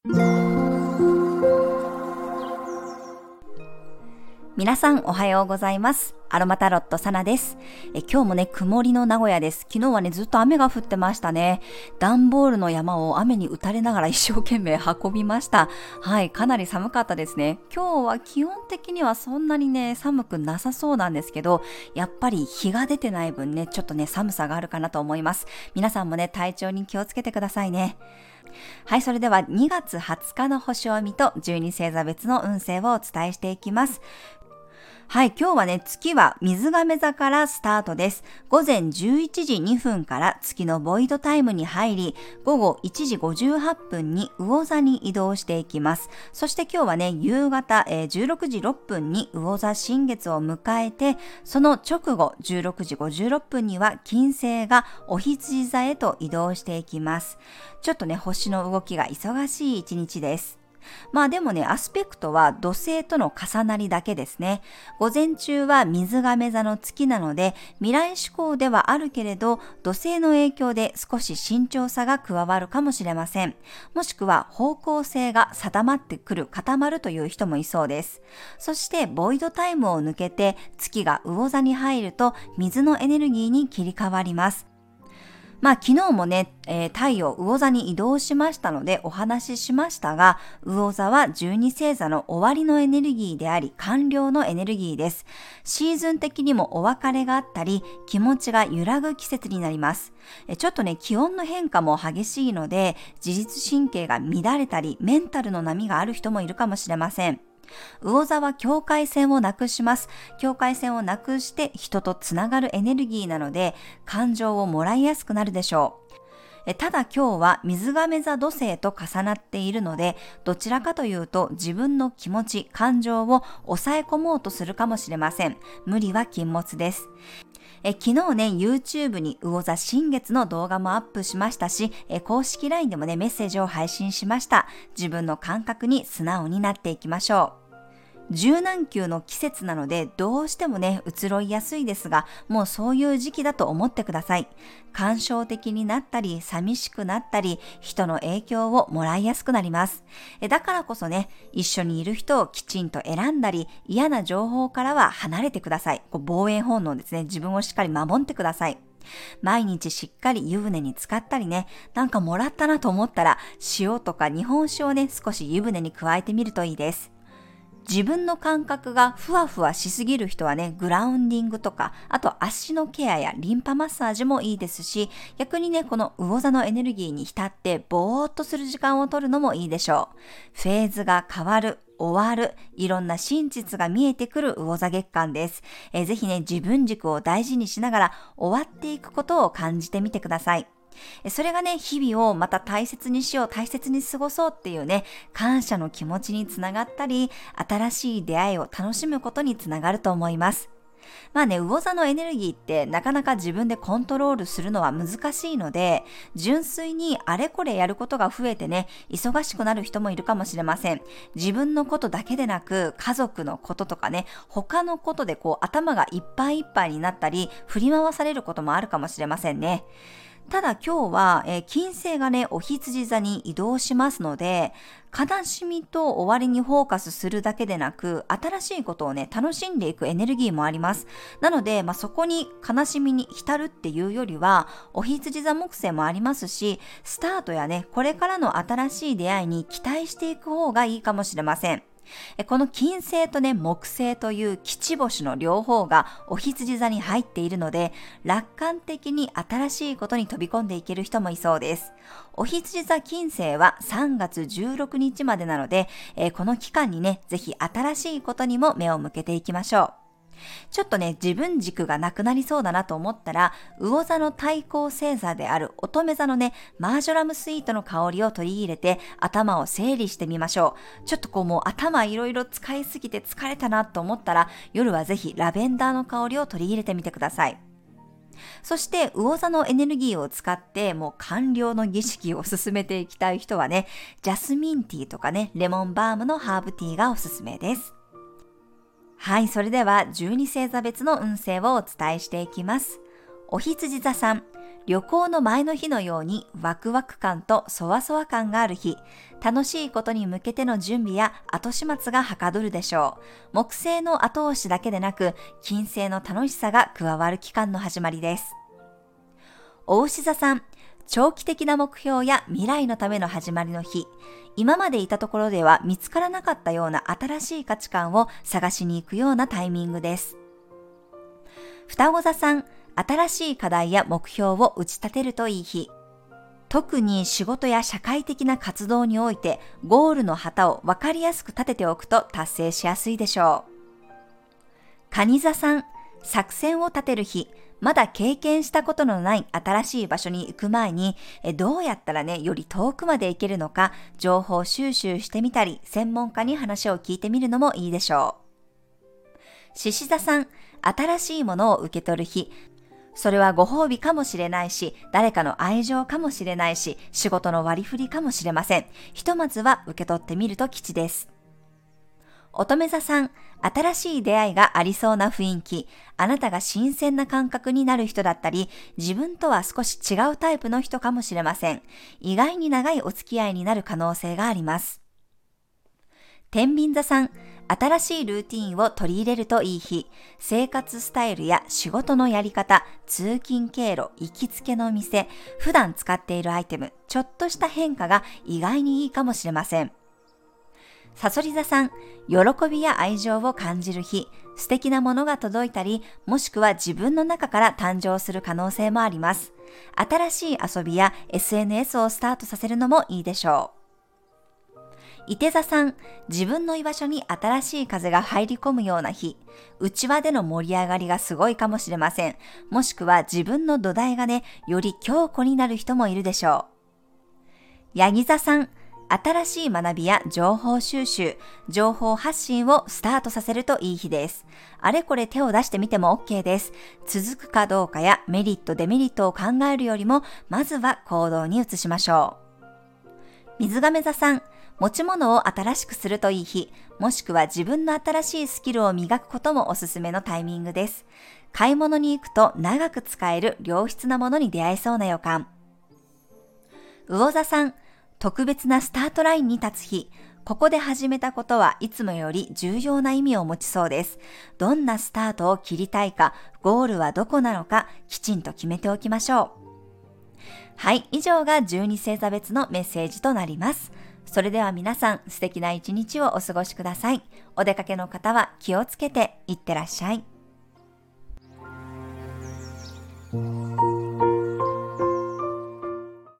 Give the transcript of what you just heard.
皆さんおはようございます。アロマタロットサナです。今日もね、曇りの名古屋です。昨日はね、ずっと雨が降ってましたね。段ボールの山を雨に打たれながら一生懸命運びました。はい、かなり寒かったですね。今日は基本的にはそんなにね、寒くなさそうなんですけど、やっぱり日が出てない分ね、ちょっとね、寒さがあるかなと思います。皆さんもね、体調に気をつけてくださいね。はい、それでは2月20日の星読みと12星座別の運勢をお伝えしていきます。はい、今日はね、月は水亀座からスタートです。午前11時2分から月のボイドタイムに入り、午後1時58分に魚座に移動していきます。そして今日はね、夕方16時6分に魚座新月を迎えて、その直後16時56分には金星がお羊座へと移動していきます。ちょっとね、星の動きが忙しい一日です。まあでもね、アスペクトは土星との重なりだけですね。午前中は水亀座の月なので、未来志向ではあるけれど、土星の影響で少し慎重さが加わるかもしれません。もしくは方向性が定まってくる、固まるという人もいそうです。そしてボイドタイムを抜けて月が魚座に入ると水のエネルギーに切り替わります。昨日もね、太陽魚座に移動しましたのでお話ししましたが、魚座は12星座の終わりのエネルギーであり、完了のエネルギーです。シーズン的にもお別れがあったり、気持ちが揺らぐ季節になります。ちょっとね、気温の変化も激しいので、自律神経が乱れたり、メンタルの波がある人もいるかもしれません。魚座は境界線をなくします。境界線をなくして人とつながるエネルギーなので、感情をもらいやすくなるでしょう。ただ今日は水亀座土星と重なっているので、どちらかというと自分の気持ち、感情を抑え込もうとするかもしれません。無理は禁物です。昨日ね、YouTube に魚座新月の動画もアップしましたし、公式 LINE でもね、メッセージを配信しました。自分の感覚に素直になっていきましょう。柔軟球の季節なのでどうしてもね、移ろいやすいですが、もうそういう時期だと思ってください。感傷的になったり、寂しくなったり、人の影響をもらいやすくなります。だからこそね、一緒にいる人をきちんと選んだり、嫌な情報からは離れてください。防衛本能ですね。自分をしっかり守ってください。毎日しっかり湯船に浸かったりね、なんかもらったなと思ったら、塩とか日本酒をね、少し湯船に加えてみるといいです。自分の感覚がふわふわしすぎる人はね、グラウンディングとか、あと足のケアやリンパマッサージもいいですし、逆にね、この魚座のエネルギーに浸ってぼーっとする時間を取るのもいいでしょう。フェーズが変わる、終わる、いろんな真実が見えてくる魚座月間です。ぜひね、自分軸を大事にしながら終わっていくことを感じてみてください。それがね、日々をまた大切にしよう、大切に過ごそうっていうね、感謝の気持ちにつながったり、新しい出会いを楽しむことにつながると思います。魚座のエネルギーってなかなか自分でコントロールするのは難しいので、純粋にあれこれやることが増えてね、忙しくなる人もいるかもしれません。自分のことだけでなく、家族のこととかね、他のことで頭がいっぱいいっぱいになったり、振り回されることもあるかもしれませんね。ただ今日は、金星がね、お羊座に移動しますので、悲しみと終わりにフォーカスするだけでなく、新しいことをね、楽しんでいくエネルギーもあります。なので、そこに悲しみに浸るっていうよりは、お羊座木星もありますし、スタートやね、これからの新しい出会いに期待していく方がいいかもしれません。この金星とね、木星という吉星の両方がお羊座に入っているので、楽観的に新しいことに飛び込んでいける人もいそうです。お羊座金星は3月16日までなので、この期間にね、ぜひ新しいことにも目を向けていきましょう。ちょっとね、自分軸がなくなりそうだなと思ったら、魚座の対抗星座である乙女座のね、マージョラムスイートの香りを取り入れて頭を整理してみましょう。ちょっともう頭いろいろ使いすぎて疲れたなと思ったら、夜はぜひラベンダーの香りを取り入れてみてください。そして魚座のエネルギーを使ってもう完了の儀式を進めていきたい人はね、ジャスミンティーとかね、レモンバームのハーブティーがおすすめです。はい、それでは12星座別の運勢をお伝えしていきます。お羊座さん、 旅行の前の日のようにワクワク感とそわそわ感がある日、楽しいことに向けての準備や後始末がはかどるでしょう。木星の後押しだけでなく、金星の楽しさが加わる期間の始まりです。牡牛座さん、長期的な目標や未来のための始まりの日、今までいたところでは見つからなかったような新しい価値観を探しに行くようなタイミングです。双子座さん、新しい課題や目標を打ち立てるといい日。特に仕事や社会的な活動においてゴールの旗を分かりやすく立てておくと達成しやすいでしょう。蟹座さん、作戦を立てる日。まだ経験したことのない新しい場所に行く前に、どうやったらより遠くまで行けるのか情報収集してみたり、専門家に話を聞いてみるのもいいでしょう。獅子座さん、新しいものを受け取る日。それはご褒美かもしれないし、誰かの愛情かもしれないし、仕事の割り振りかもしれません。ひとまずは受け取ってみると吉です。乙女座さん、新しい出会いがありそうな雰囲気、あなたが新鮮な感覚になる人だったり、自分とは少し違うタイプの人かもしれません。意外に長いお付き合いになる可能性があります。天秤座さん、新しいルーティーンを取り入れるといい日、生活スタイルや仕事のやり方、通勤経路、行きつけの店、普段使っているアイテム、ちょっとした変化が意外にいいかもしれません。蠍座さん、喜びや愛情を感じる日、素敵なものが届いたり、もしくは自分の中から誕生する可能性もあります。新しい遊びや SNS をスタートさせるのもいいでしょう。射手座さん、自分の居場所に新しい風が入り込むような日、内輪での盛り上がりがすごいかもしれません。もしくは自分の土台がより強固になる人もいるでしょう。ヤギ座さん、新しい学びや情報収集、情報発信をスタートさせるといい日です。あれこれ手を出してみても OK です。続くかどうかやメリットデメリットを考えるよりも、まずは行動に移しましょう。水亀座さん、持ち物を新しくするといい日、もしくは自分の新しいスキルを磨くこともおすすめのタイミングです。買い物に行くと長く使える良質なものに出会えそうな予感。魚座さん、特別なスタートラインに立つ日、ここで始めたことはいつもより重要な意味を持ちそうです。どんなスタートを切りたいか、ゴールはどこなのか、きちんと決めておきましょう。はい、以上が12星座別のメッセージとなります。それでは皆さん、素敵な一日をお過ごしください。お出かけの方は気をつけていってらっしゃい。